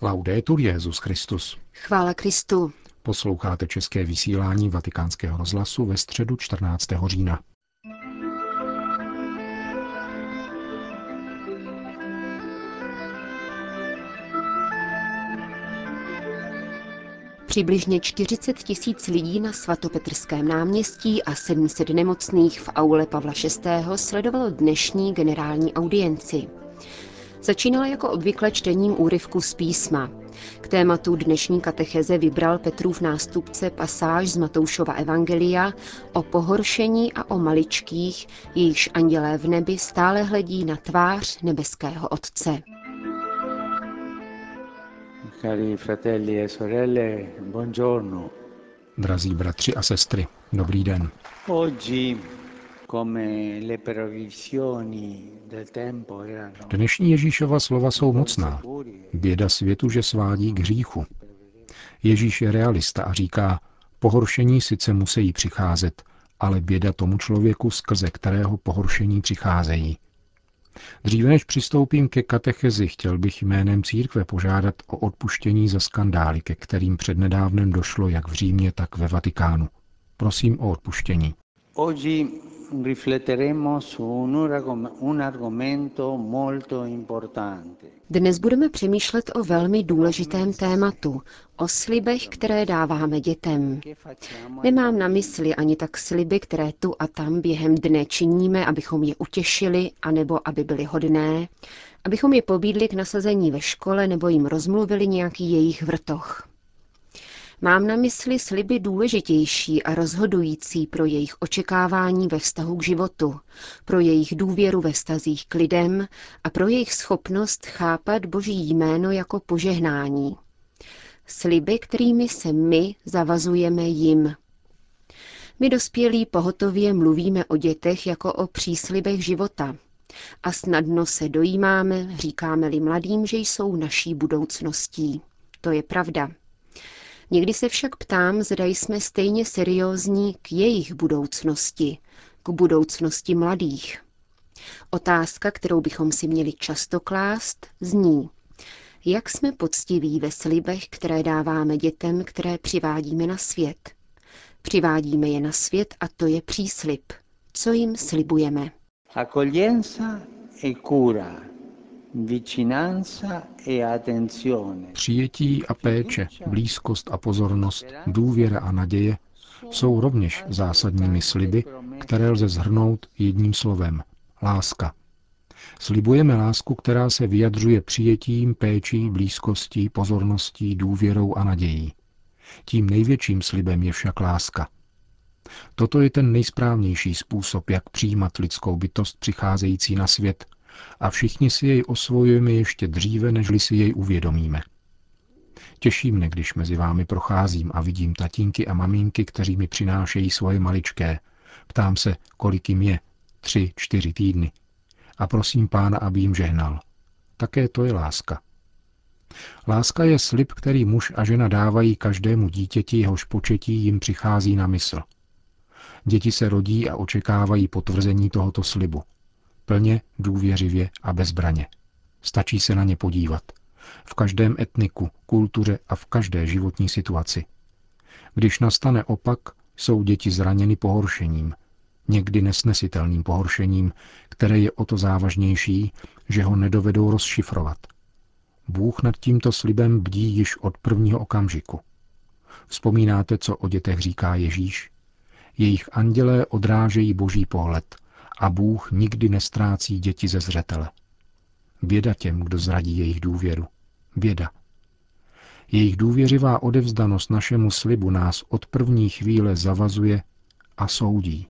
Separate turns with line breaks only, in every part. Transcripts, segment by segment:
Laudetur Jesus Christus.
Chvála Kristu.
Posloucháte české vysílání Vatikánského rozhlasu ve středu 14. října.
Přibližně 40 000 lidí na svatopetrském náměstí a 700 nemocných v aule Pavla VI. Sledovalo dnešní generální audienci. Začínala jako obvykle čtením úryvku z písma. K tématu dnešní katecheze vybral Petrův nástupce pasáž z Matoušova evangelia o pohoršení a o maličkých, jejichž andělé v nebi stále hledí na tvář nebeského Otce.
Cari fratelli e sorelle, buongiorno.
Drazí bratři a sestry, dobrý den.
Oggi, come le previsioni del tempo erano.
Dnešní Ježíšova slova jsou mocná. Běda světu, že svádí k hříchu. Ježíš je realista a říká, pohoršení sice musí přicházet, ale běda tomu člověku, skrze kterého pohoršení přicházejí. Dříve než přistoupím ke katechezi, chtěl bych jménem církve požádat o odpuštění za skandály, ke kterým přednedávnem došlo jak v Římě, tak ve Vatikánu. Prosím o odpuštění.
Oggi rifletteremo su un argomento molto importante.
Dnes budeme přemýšlet o velmi důležitém tématu, o slibech, které dáváme dětem. Nemám na mysli ani tak sliby, které tu a tam během dne činíme, abychom je utěšili, anebo aby byly hodné, abychom je pobídli k nasazení ve škole nebo jim rozmluvili nějaký jejich vrtoch. Mám na mysli sliby důležitější a rozhodující pro jejich očekávání ve vztahu k životu, pro jejich důvěru ve vztazích k lidem a pro jejich schopnost chápat Boží jméno jako požehnání. Sliby, kterými se my zavazujeme jim. My dospělí pohotově mluvíme o dětech jako o příslibech života a snadno se dojímáme, říkáme-li mladým, že jsou naší budoucností. To je pravda. Někdy se však ptám, zda jsme stejně seriózní k jejich budoucnosti, k budoucnosti mladých. Otázka, kterou bychom si měli často klást, zní, jak jsme poctiví ve slibech, které dáváme dětem, které přivádíme na svět. Přivádíme je na svět a to je příslib. Co jim slibujeme?
Accoglienza e cura.
Přijetí a péče, blízkost a pozornost, důvěra a naděje jsou rovněž zásadními sliby, které lze shrnout jedním slovem – láska. Slibujeme lásku, která se vyjadřuje přijetím, péčí, blízkostí, pozorností, důvěrou a nadějí. Tím největším slibem je však láska. Toto je ten nejsprávnější způsob, jak přijímat lidskou bytost přicházející na svět, a všichni si jej osvojujeme ještě dříve, nežli si jej uvědomíme. Těší mne, když mezi vámi procházím a vidím tatínky a maminky, kteří mi přinášejí svoje maličké. Ptám se, kolik jim je, 3-4 týdny. A prosím Pána, aby jim žehnal. Také to je láska. Láska je slib, který muž a žena dávají každému dítěti, jehož početí jim přichází na mysl. Děti se rodí a očekávají potvrzení tohoto slibu. Plně, důvěřivě a bezbraně. Stačí se na ně podívat. V každém etniku, kultuře a v každé životní situaci. Když nastane opak, jsou děti zraněny pohoršením, někdy nesnesitelným pohoršením, které je o to závažnější, že ho nedovedou rozšifrovat. Bůh nad tímto slibem bdí již od prvního okamžiku. Vzpomínáte, co o dětech říká Ježíš? Jejich andělé odrážejí Boží pohled a Bůh nikdy nestrácí děti ze zřetele. Běda těm, kdo zradí jejich důvěru. Běda. Jejich důvěřivá odevzdanost našemu slibu nás od první chvíle zavazuje a soudí.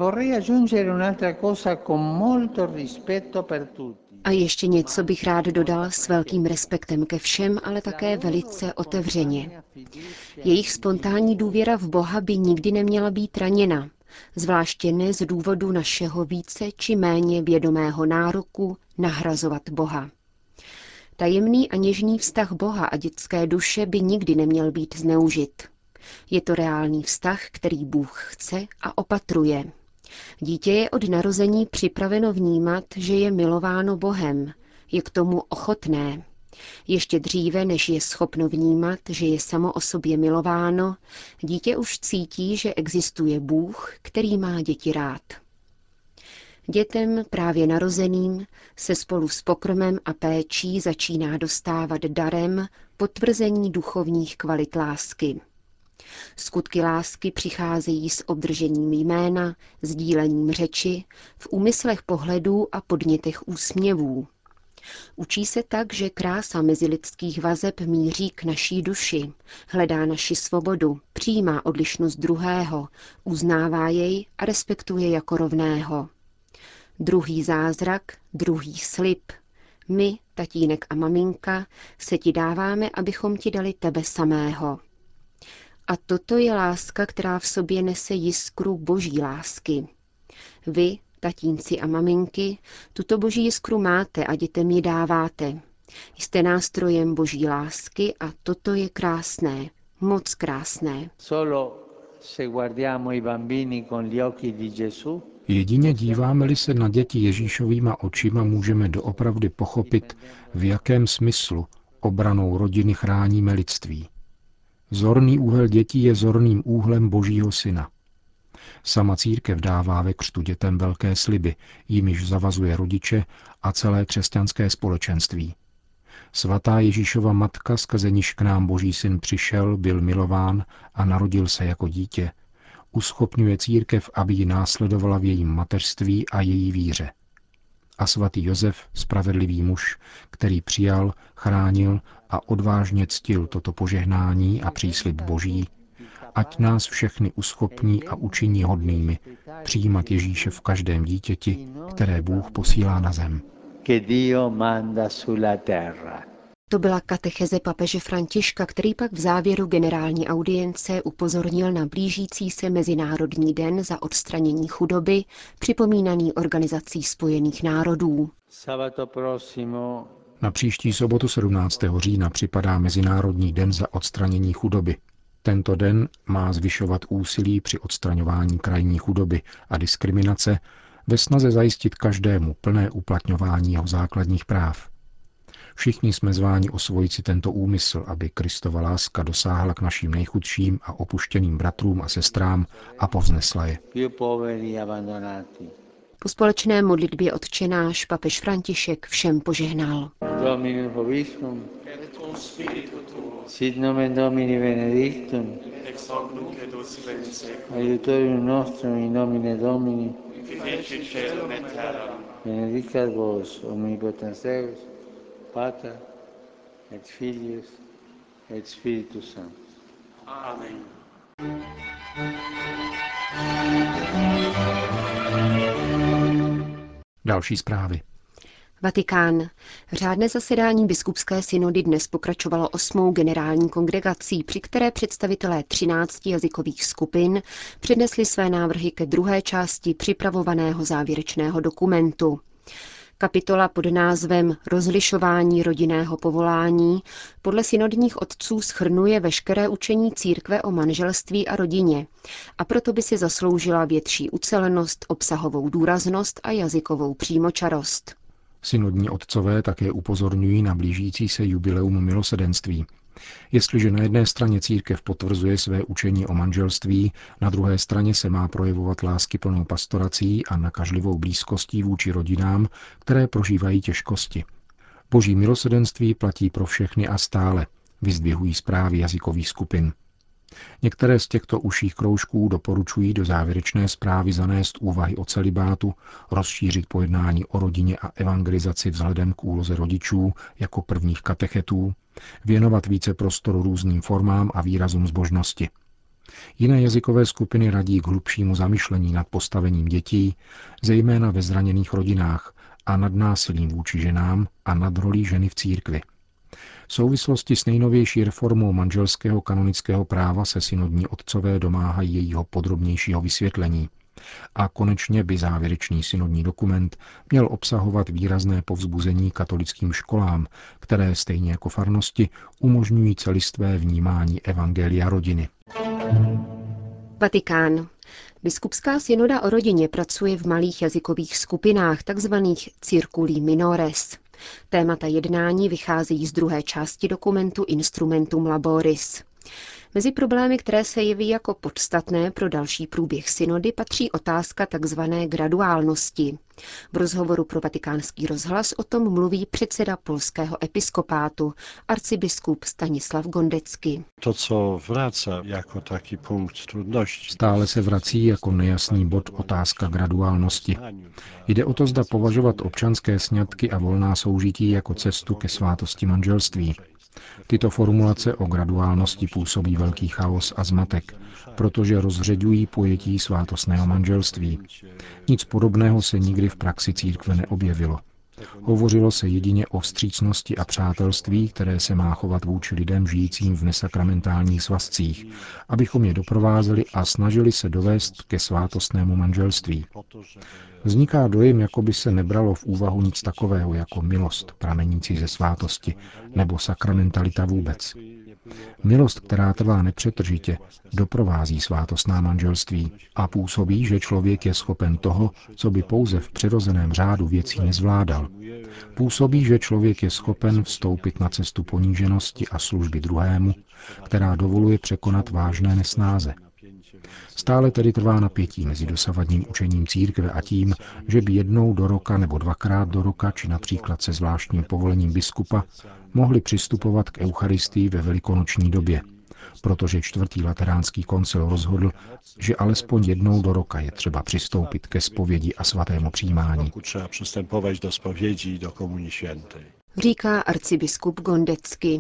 A ještě něco bych rád dodal s velkým respektem ke všem, ale také velice otevřeně. Jejich spontánní důvěra v Boha by nikdy neměla být raněna, zvláště ne z důvodu našeho více či méně vědomého nároku nahrazovat Boha. Tajemný a něžný vztah Boha a dětské duše by nikdy neměl být zneužit. Je to reálný vztah, který Bůh chce a opatruje. Dítě je od narození připraveno vnímat, že je milováno Bohem, je k tomu ochotné. Ještě dříve, než je schopno vnímat, že je samo o sobě milováno, dítě už cítí, že existuje Bůh, který má děti rád. Dětem právě narozeným se spolu s pokrmem a péčí začíná dostávat darem potvrzení duchovních kvalit lásky. Skutky lásky přicházejí s obdržením jména, sdílením řeči, v úmyslech pohledů a podnětech úsměvů. Učí se tak, že krása mezilidských vazeb míří k naší duši, hledá naši svobodu, přijímá odlišnost druhého, uznává jej a respektuje jako rovného. Druhý zázrak, druhý slib. My, tatínek a maminka, se ti dáváme, abychom ti dali tebe samého. A toto je láska, která v sobě nese jiskru boží lásky. Vy, tatínci a maminky, tuto boží jiskru máte a dětem ji dáváte. Jste nástrojem boží lásky a toto je krásné, moc krásné.
Jedině díváme-li se na děti Ježíšovýma očima, můžeme doopravdy pochopit, v jakém smyslu obranou rodiny chráníme lidství. Zorný úhel dětí je zorným úhlem Božího Syna. Sama církev dává ve křtu dětem velké sliby, jimiž zavazuje rodiče a celé křesťanské společenství. Svatá Ježíšova matka, skrze níž k nám Boží Syn přišel, byl milován a narodil se jako dítě, uschopňuje církev, aby ji následovala v jejím mateřství a její víře. A svatý Josef, spravedlivý muž, který přijal, chránil a odvážně ctil toto požehnání a příslib Boží, ať nás všechny uschopní a učiní hodnými přijímat Ježíše v každém dítěti, které Bůh posílá na zem.
To byla katecheze papeže Františka, který pak v závěru generální audience upozornil na blížící se Mezinárodní den za odstranění chudoby, připomínaný Organizací spojených národů.
Na příští sobotu 17. října připadá Mezinárodní den za odstranění chudoby. Tento den má zvyšovat úsilí při odstraňování krajní chudoby a diskriminace ve snaze zajistit každému plné uplatňování jeho základních práv. Všichni jsme zváni osvojit si tento úmysl, aby Kristova láska dosáhla k našim nejchudším a opuštěným bratrům a sestrám a povznesla je.
Po společné modlitbě Otčenáš papež František všem požehnal.
Dominus vobiscum,
et cum spiritu tuo,
sit nomen Domini benedictum,
ex hoc nunc et usque in seculum,
aiutorium nostrum in nomine Domini,
qui fecit caelum et terram,
benedicat vos omnipotens Deus, Pater et Filius et Spiritus Sanctus.
Amen.
Další zprávy.
Vatikán. Řádné zasedání biskupské synody dnes pokračovalo 8. generální kongregací, při které představitelé 13 jazykových skupin přednesli své návrhy ke druhé části připravovaného závěrečného dokumentu. Kapitola pod názvem Rozlišování rodinného povolání podle synodních otců shrnuje veškeré učení církve o manželství a rodině a proto by si zasloužila větší ucelenost, obsahovou důraznost a jazykovou přímočarost.
Synodní otcové také upozorňují na blížící se jubileum milosedenství. Jestliže na jedné straně církev potvrzuje své učení o manželství, na druhé straně se má projevovat láskyplnou pastorací a nakažlivou blízkostí vůči rodinám, které prožívají těžkosti. Boží milosedenství platí pro všechny a stále, vyzdvihují zprávy jazykových skupin. Některé z těchto užších kroužků doporučují do závěrečné zprávy zanést úvahy o celibátu, rozšířit pojednání o rodině a evangelizaci vzhledem k úloze rodičů jako prvních katechetů, věnovat více prostoru různým formám a výrazům zbožnosti. Jiné jazykové skupiny radí k hlubšímu zamyšlení nad postavením dětí, zejména ve zraněných rodinách, a nad násilím vůči ženám a nad rolí ženy v církvi. V souvislosti s nejnovější reformou manželského kanonického práva se synodní otcové domáhají jejího podrobnějšího vysvětlení. A konečně by závěrečný synodní dokument měl obsahovat výrazné povzbuzení katolickým školám, které stejně jako farnosti umožňují celistvé vnímání evangelia rodiny.
Vatikán. Biskupská synoda o rodině pracuje v malých jazykových skupinách, takzvaných circuli minores. Témata jednání vycházejí z druhé části dokumentu Instrumentum Laboris. Mezi problémy, které se jeví jako podstatné pro další průběh synody, patří otázka tzv. Graduálnosti. V rozhovoru pro Vatikánský rozhlas o tom mluví předseda polského episkopátu, arcibiskup Stanislav Gondecký.
To, co vrací jako taký punkt trudnosti.
Stále se vrací jako nejasný bod otázka graduálnosti. Jde o to, zda považovat občanské sňatky a volná soužití jako cestu ke svátosti manželství. Tyto formulace o graduálnosti působí velký chaos a zmatek, protože rozředují pojetí svátostného manželství. Nic podobného se nikdy v praxi církve neobjevilo. Hovořilo se jedině o vstřícnosti a přátelství, které se má chovat vůči lidem žijícím v nesakramentálních svazcích, abychom je doprovázeli a snažili se dovést ke svátostnému manželství. Vzniká dojem, jako by se nebralo v úvahu nic takového jako milost pramenící ze svátosti nebo sakramentalita vůbec. Milost, která trvá nepřetržitě, doprovází svátostná manželství a působí, že člověk je schopen toho, co by pouze v přirozeném řádu věcí nezvládal. Působí, že člověk je schopen vstoupit na cestu poníženosti a služby druhému, která dovoluje překonat vážné nesnáze. Stále tedy trvá napětí mezi dosavadním učením církve a tím, že by jednou do roka nebo dvakrát do roka, či například se zvláštním povolením biskupa, mohli přistupovat k eucharistii ve velikonoční době, protože čtvrtý lateránský koncil rozhodl, že alespoň jednou do roka je třeba přistoupit ke zpovědi a svatému přijímání.
Říká arcibiskup Gondecký.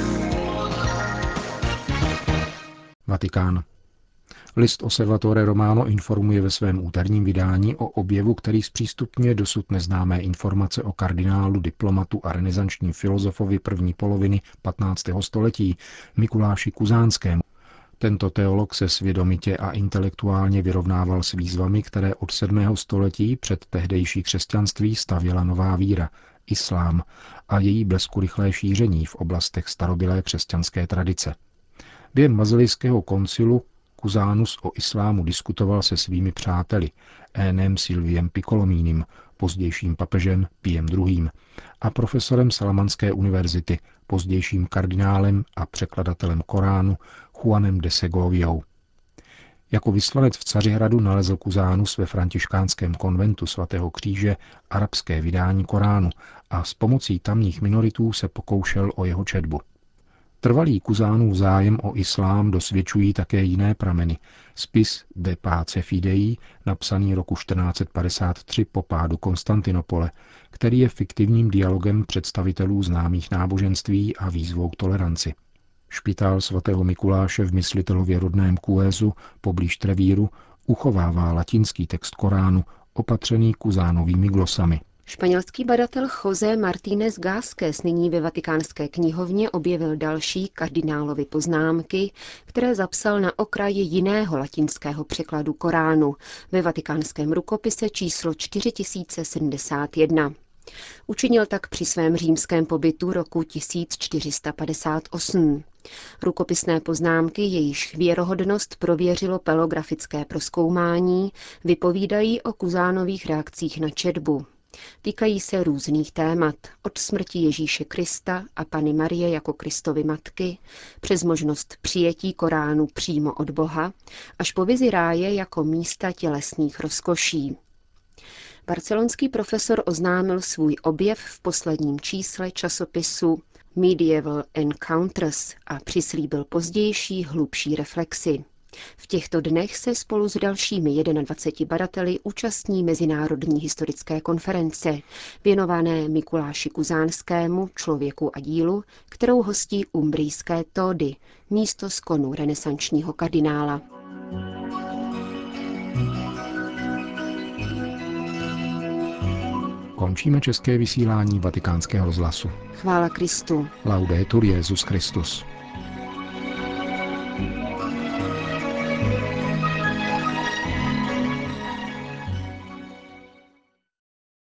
Vatikán. List Osservatore Romano informuje ve svém úterním vydání o objevu, který zpřístupňuje dosud neznámé informace o kardinálu, diplomatu a renesančním filozofovi první poloviny 15. století Mikuláši Kuzánskému. Tento teolog se svědomitě a intelektuálně vyrovnával s výzvami, které od 7. století před tehdejší křesťanství stavěla nová víra, islám, a její bleskurychlé šíření v oblastech starobylé křesťanské tradice. Během Bazilijského koncilu Kuzánus o islámu diskutoval se svými přáteli Énem Silviem Piccolomínim, pozdějším papežem Piem II. A profesorem Salamanské univerzity, pozdějším kardinálem a překladatelem Koránu Juanem de Segoviou. Jako vyslanec v Cařihradu nalezl Kuzánus ve františkánském konventu svatého Kříže arabské vydání Koránu a s pomocí tamních minoritů se pokoušel o jeho četbu. Trvalý Kuzánův zájem o islám dosvědčují také jiné prameny. Spis De Pace Fidei, napsaný roku 1453 po pádu Konstantinopole, který je fiktivním dialogem představitelů známých náboženství a výzvou k toleranci. Špitál svatého Mikuláše v myslitelově rodném Cuesu poblíž Trevíru uchovává latinský text Koránu opatřený kuzánovými glosami.
Španělský badatel José Martínez Gázquez nyní ve Vatikánské knihovně objevil další kardinálovy poznámky, které zapsal na okraji jiného latinského překladu Koránu ve vatikánském rukopise číslo 4071. Učinil tak při svém římském pobytu roku 1458. Rukopisné poznámky, jejichž věrohodnost prověřilo pelografické prozkoumání, vypovídají o Kuzánových reakcích na četbu. Týkají se různých témat, od smrti Ježíše Krista a Panny Marie jako Kristovy matky, přes možnost přijetí Koránu přímo od Boha, až po vizi ráje jako místa tělesných rozkoší. Barcelonský profesor oznámil svůj objev v posledním čísle časopisu Medieval Encounters a přislíbil pozdější hlubší reflexi. V těchto dnech se spolu s dalšími 21 badateli účastní Mezinárodní historické konference, věnované Mikuláši Kuzánskému, člověku a dílu, kterou hostí umbrijské Tody, místo skonu renesančního kardinála.
Končíme české vysílání Vatikánského rozhlasu.
Chvála Kristu.
Laudetur Jesus Christus.